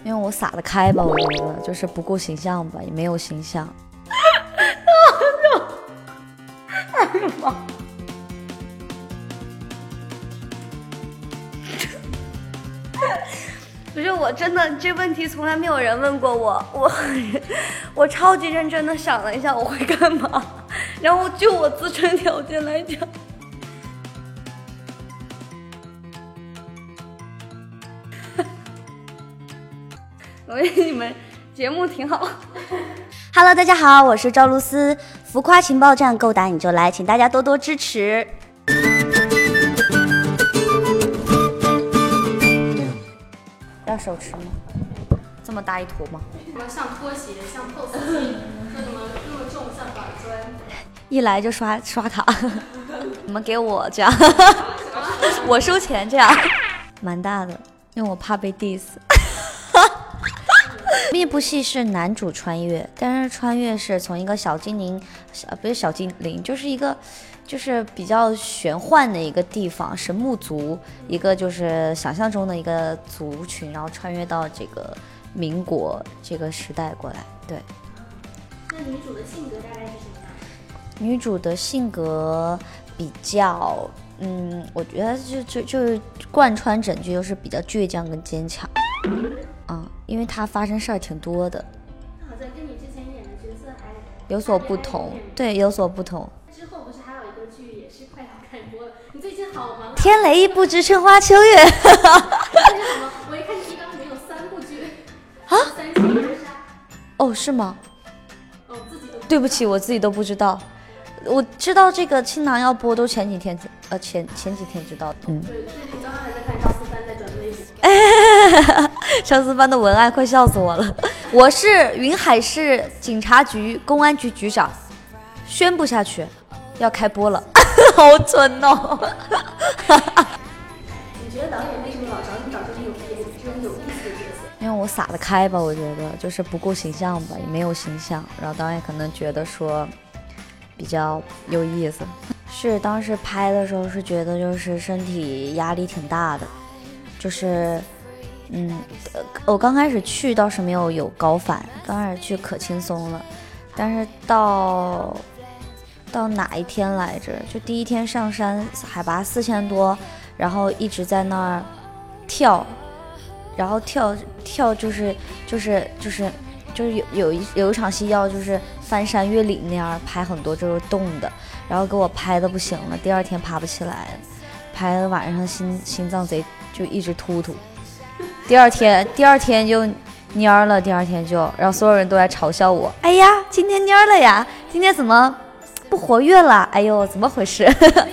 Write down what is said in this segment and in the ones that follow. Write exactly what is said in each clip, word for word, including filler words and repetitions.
因为我撒得开吧，我觉得就是不顾形象吧，也没有形象。哎呀妈！不是，我真的这问题从来没有人问过我，我我超级认真的想了一下我会干嘛，然后就我自身条件来讲。我觉得你们节目挺好。Hello， 大家好，我是赵露思，浮夸情报站，够打你就来，请大家多多支持。要手持吗？这么大一坨吗？ 什么像拖鞋，像 P O S 机，说什么那么重像板砖， 一来就刷刷卡，你们给我这样，我收钱这样，蛮大的，因为我怕被 diss。这部戏是男主穿越，但是穿越是从一个小精灵，小不是小精灵，就是一个就是比较玄幻的一个地方，神木族，一个就是想象中的一个族群，然后穿越到这个民国这个时代过来。对。 那女主的性格大概是什么样？ 女主的性格比较，嗯，我觉得就就就是贯穿整剧，就是比较倔强跟坚强。嗯，因为她发生事儿挺多的。 好像跟你之前演的角色还有所不同，对，有所不同。 之后不是还有一个剧也是快要开播了？你最近好吗？ 天雷不知春花秋月。 最近好吗？我一看提纲里面有三部剧啊，三千之杀。 哦，是吗？ 哦，自己都对不起，我自己都不知道。我知道这个青囊要播，都前几天呃前前几天知道的。嗯。 对，最近刚刚还在看赵思帆在转微博。 哎，赵思帆的文案快笑死我了。我是云海市警察局公安局局长，宣布下去，要开播了。好蠢哦。 你觉得导演为什么老找你找这种有这种有意思的角色？ 因为我撒得开吧，我觉得就是不顾形象吧，也没有形象，然后导演可能觉得说比较有意思。是当时拍的时候是觉得就是身体压力挺大的，就是嗯，我刚开始去倒是没有有高反，刚开始去可轻松了，但是到到哪一天来着？就第一天上山，海拔四千多，然后一直在那儿跳，然后跳跳就是就是就是就是有有一有一场戏要就是翻山越岭那样拍很多就是动的，然后给我拍的不行了，第二天爬不起来，拍的晚上心心脏贼就一直突突。第二天，第二天就蔫了，第二天就，然后所有人都在嘲笑我。哎呀，今天蔫了呀，今天怎么不活跃了？哎呦，怎么回事？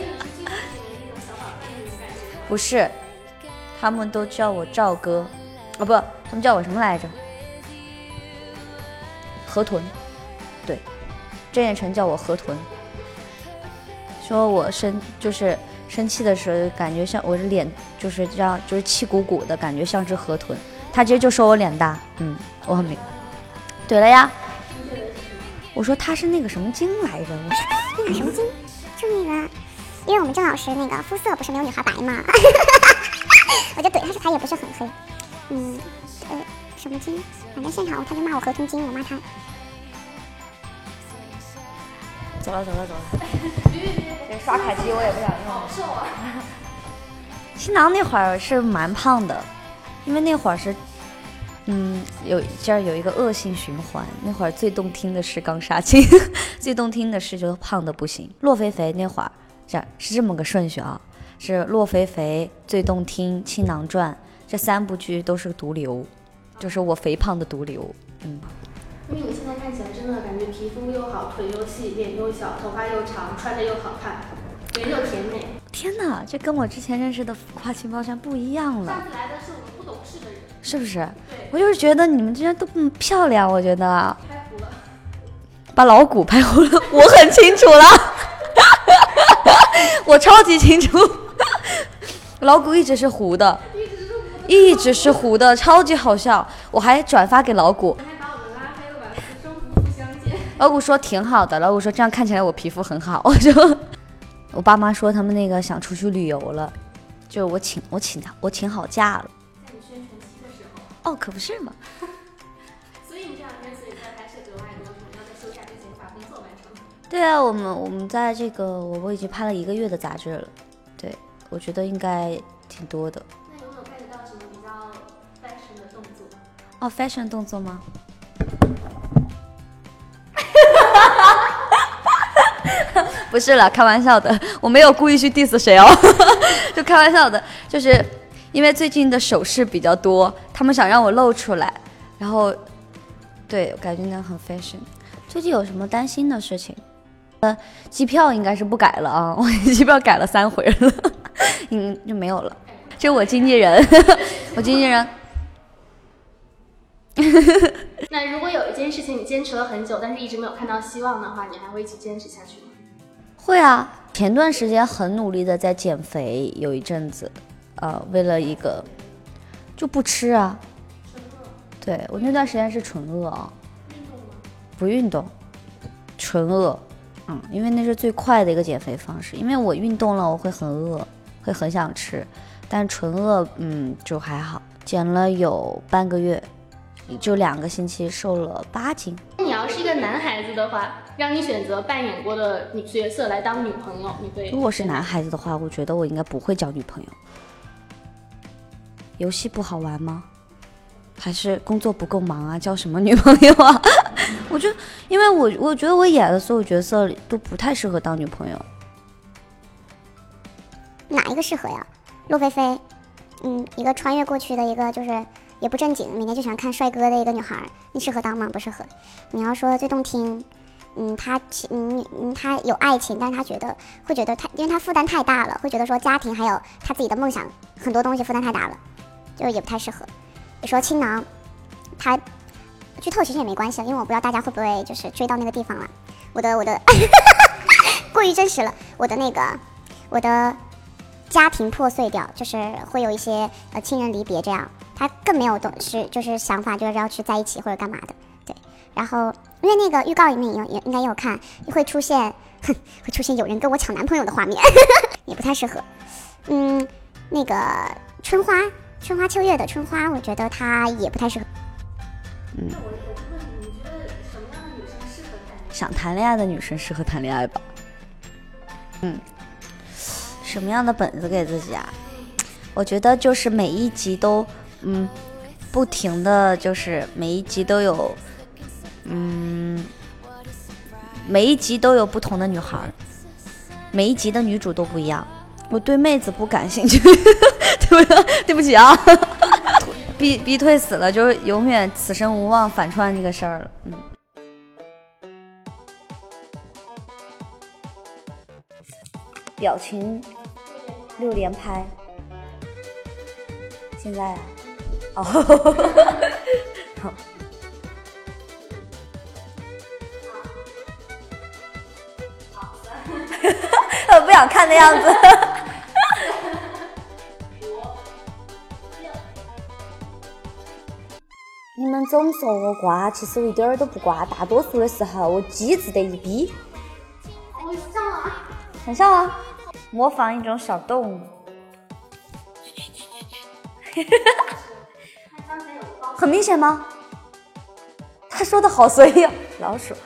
不是，他们都叫我赵哥，哦不，他们叫我什么来着？河豚，对，郑业成叫我河豚，说我生就是生气的时候感觉像我的脸就是这样，就是气鼓鼓的感觉像只河豚，他直接就说我脸大。嗯，我很明对了呀，我说他是那个什么精来着，我说那个什么精，就那个，因为我们郑老师那个肤色不是没有女孩白嘛，我就怼他，是他也不是很黑，嗯，呃，什么精，反正现场他就骂我河豚精，我骂他。 走了走了走了，别刷卡机我也不想用。 好瘦啊！ 新郎那会儿是蛮胖的，因为那会儿是，嗯，有这儿有一个恶性循环。那会儿最动听的是刚杀青，最动听的是就胖的不行。洛肥肥那会儿这是这么个顺序啊，是洛肥肥、最动听、青囊传这三部剧都是毒瘤，就是我肥胖的毒瘤。嗯。 因为你现在看起来真的感觉皮肤又好，腿又细，脸又小，头发又长，穿着又好看，人又甜美。 天哪，这跟我之前认识的浮夸情报站不一样了。 上次来的是我们不懂事的人， 是不是？ 对， 我就是觉得你们这些都不漂亮，我觉得。 拍糊了。 把老骨拍糊了，我很清楚了，我超级清楚，老骨一直是糊的，一直是糊的，超级好笑。我还转发给老骨。老骨说挺好的，老骨说这样看起来我皮肤很好。我说，我爸妈说他们那个想出去旅游了，就我请我请他我请好假了。 在你宣传期的时哦，可不是嘛。 所以你这两天所以在拍摄格外多，什么要在休假之前把工作完成。 对啊，我们我们在这个我我已经拍了一个月的杂志了，对，我觉得应该挺多的。 那有没有 get 到什么比较 fashion 的动作？ 哦 ，fashion 动作吗？不是了，开玩笑的，我没有故意去 diss 谁哦，就开玩笑的，就是因为最近的首饰比较多，他们想让我露出来，然后对，我感觉那很 fashion。最近有什么担心的事情？呃，机票应该是不改了啊，我机票改了三回了，嗯，就没有了。这是我经纪人，我经纪人。 那如果有一件事情你坚持了很久，但是一直没有看到希望的话，你还会一直坚持下去吗？ 会啊，前段时间很努力的在减肥，有一阵子，呃，为了一个就不吃啊。对，我那段时间是纯饿啊， 运动吗？ 不运动，纯饿，嗯，因为那是最快的一个减肥方式。因为我运动了，我会很饿，会很想吃，但纯饿，嗯，就还好。减了有半个月，就两个星期，瘦了八斤。 你要是一个男孩子的话，让你选择扮演过的女角色来当女朋友，你会？ 如果是男孩子的话，我觉得我应该不会交女朋友。游戏不好玩吗？还是工作不够忙啊？交什么女朋友啊？我就因为我我觉得我演的所有角色里都不太适合当女朋友。 哪一个适合呀？洛菲菲，嗯，一个穿越过去的一个就是也不正经，每天就喜欢看帅哥的一个女孩，你适合当吗？不适合。你要说最动听，嗯，她嗯嗯她有爱情，但是她觉得会觉得她，因为她负担太大了，会觉得说家庭还有她自己的梦想很多东西负担太大了，就也不太适合。你说青囊，她剧透其实也没关系，因为我不知道大家会不会就是追到那个地方了。我的我的过于真实了，我的那个我的家庭破碎掉，就是会有一些呃亲人离别这样，他更没有懂是就是想法就是要去在一起或者干嘛的，对。然后因为那个预告里面也也应该也有看，会出现哼会出现有人跟我抢男朋友的画面，也不太适合。嗯，那个春花春花秋月的春花，我觉得她也不太适合。 嗯， 那我我就问你，你觉得什么样的女生适合谈恋爱？ 想谈恋爱的女生适合谈恋爱吧。嗯，什么样的本子给自己啊？我觉得就是每一集都，嗯，不停的就是每一集都有，嗯，每一集都有不同的女孩，每一集的女主都不一样。我对妹子不感兴趣，对不对？对不起啊，逼逼退死了，就永远此生无望反串这个事儿了。嗯。表情六连拍，现在啊，哦，好，我不想看的样子。你们总说我瓜，其实我一点儿都不瓜，大多数的时候我机智得一逼。 我上了， 很像啊，模仿一种小动物。很明显吗？他说的好随意啊，老鼠。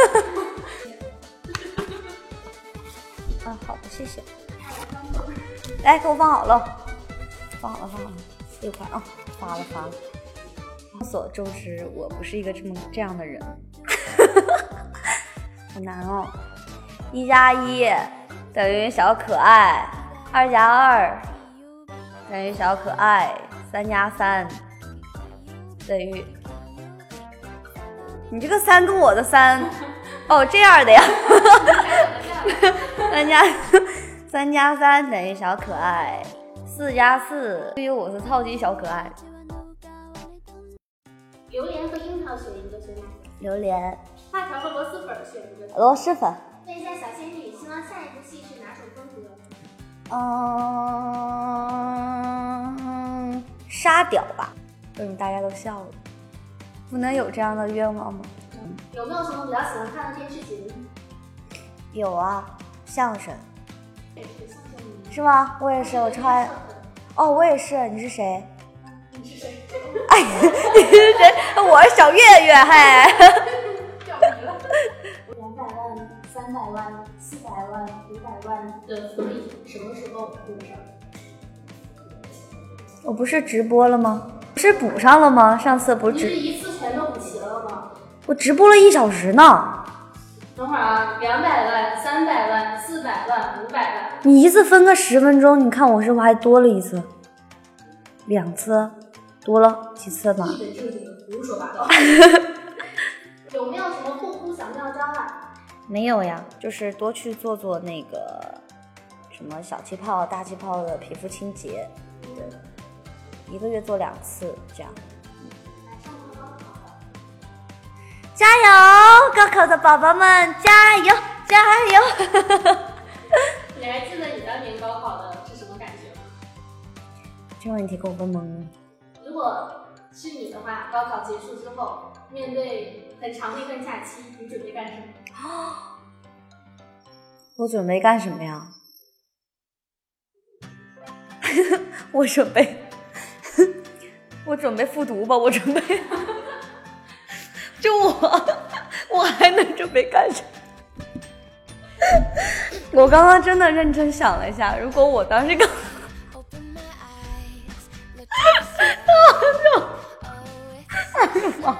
啊，好的，谢谢。来，给我放好了，放好了，放好了，六块啊，发了发了。众所周知，我不是一个这么这样的人，好难哦。一加一等于小可爱，二加二等于小可爱，三加三等于……你这个三跟我的三，哦，这样的呀。三加三加三等于小可爱，四加四对于我是超级小可爱。 榴莲和樱桃选一个，选哪个？ 榴莲。 辣条和螺蛳粉选一个。 螺蛳粉。 问一下小仙女，希望下一部戏是哪种风格？ 嗯，沙雕吧。为什么大家都笑了？不能有这样的愿望吗？ 嗯、有没有什么比较喜欢看的电视节目？ 有啊，相声。 也是相声。 是吗？我也是，我超爱。哦，我也是。你是谁？ 你是谁？ 哎，你是谁？我是小月月，嘿。 掉皮了。两百万、三百万、四百万、五百万的福利什么时候补上？ 我不是直播了吗？不是补上了吗？上次不是直你是一次全都补齐了吗？ 我直播了一小时呢。 等会儿啊，两百万、三百万、四百万、五百万。 你一次分个十分钟，你看我是不是还多了一次？两次，多了几次吧？ 一本正经的胡说八道。有没有什么护肤小妙招啊？ 没有呀，就是多去做做那个什么小气泡、大气泡的皮肤清洁，对，一个月做两次这样。加油，高考的宝宝们，加油加油！ 你还记得你当年高考的是什么感觉吗？ 这个问题给我问懵了。 如果是你的话，高考结束之后，面对很长的一段假期，你准备干什么？ 我准备干什么呀？我准备，我准备复读吧。我准备，就我，我还能准备干什么？我刚刚真的认真想了一下，如果我当时刚，哎呀妈！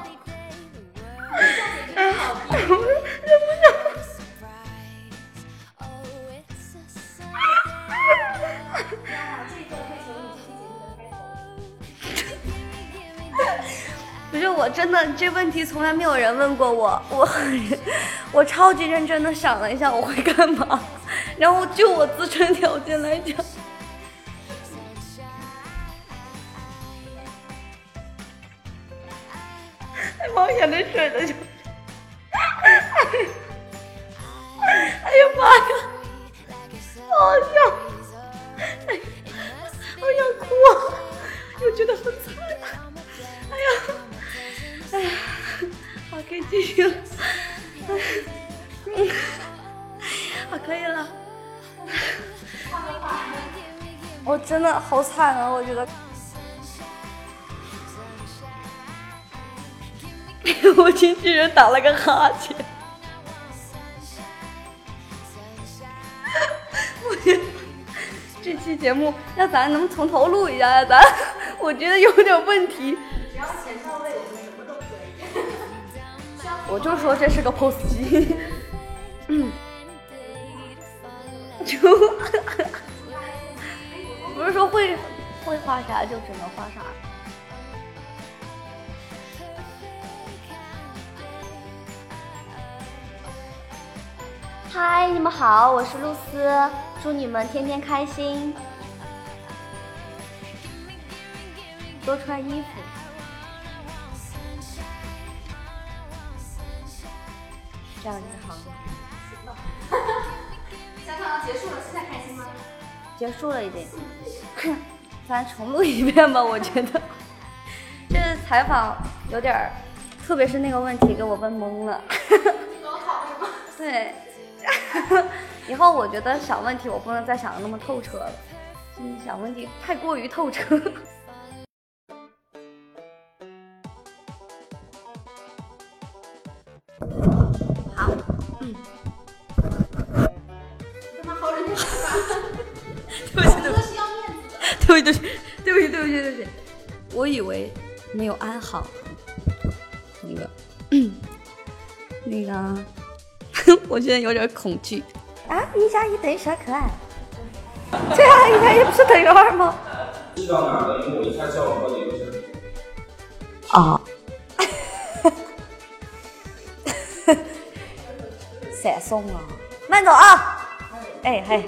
不是，我真的这问题从来没有人问过我，我我超级认真的想了一下我会干嘛，然后就我自身条件来讲，哎妈，眼泪水了就，哎呀妈呀，好好笑，哎，我想哭啊，又觉得很惨，哎呀。哎呀，好，可以继续了。嗯，好，可以了。我真的好惨啊！我觉得，我经纪人打了个哈欠。我觉得这期节目要咱能从头录一下呀？咱我觉得有点问题。 只要钱到位，我们什么都可以。 我就说这是个 P O S 机，嗯，就不是说会会画啥就只能画啥。嗨，你们好，我是露丝，祝你们天天开心，多穿衣服。这样就好了。 行吧。香港结束了，现在开心吗？ 结束了已经。咱重录一遍吧，我觉得这个采访有点儿，特别是那个问题给我问懵了。 高考是吗？ 对。以后我觉得小问题我不能再想的那么透彻了，嗯，小问题太过于透彻。好，嗯。 干嘛薅人家头发？ 对不起，对不起， 是要面子的。 对不起，对不起，对不起，对不起，我以为没有安好。那个，那个，我现在有点恐惧。啊，一加一等于啥可爱？这样一加一不是等于二吗？ 知道哪的？因为我一下叫我好几个人。 哦。闪送啊！慢走啊！哎嘿。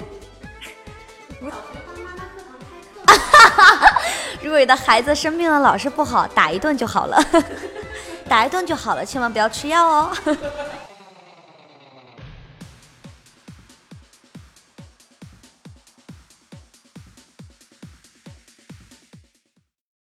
如果你的孩子生病了，老是不好，打一顿就好了，打一顿就好了，千万不要吃药哦。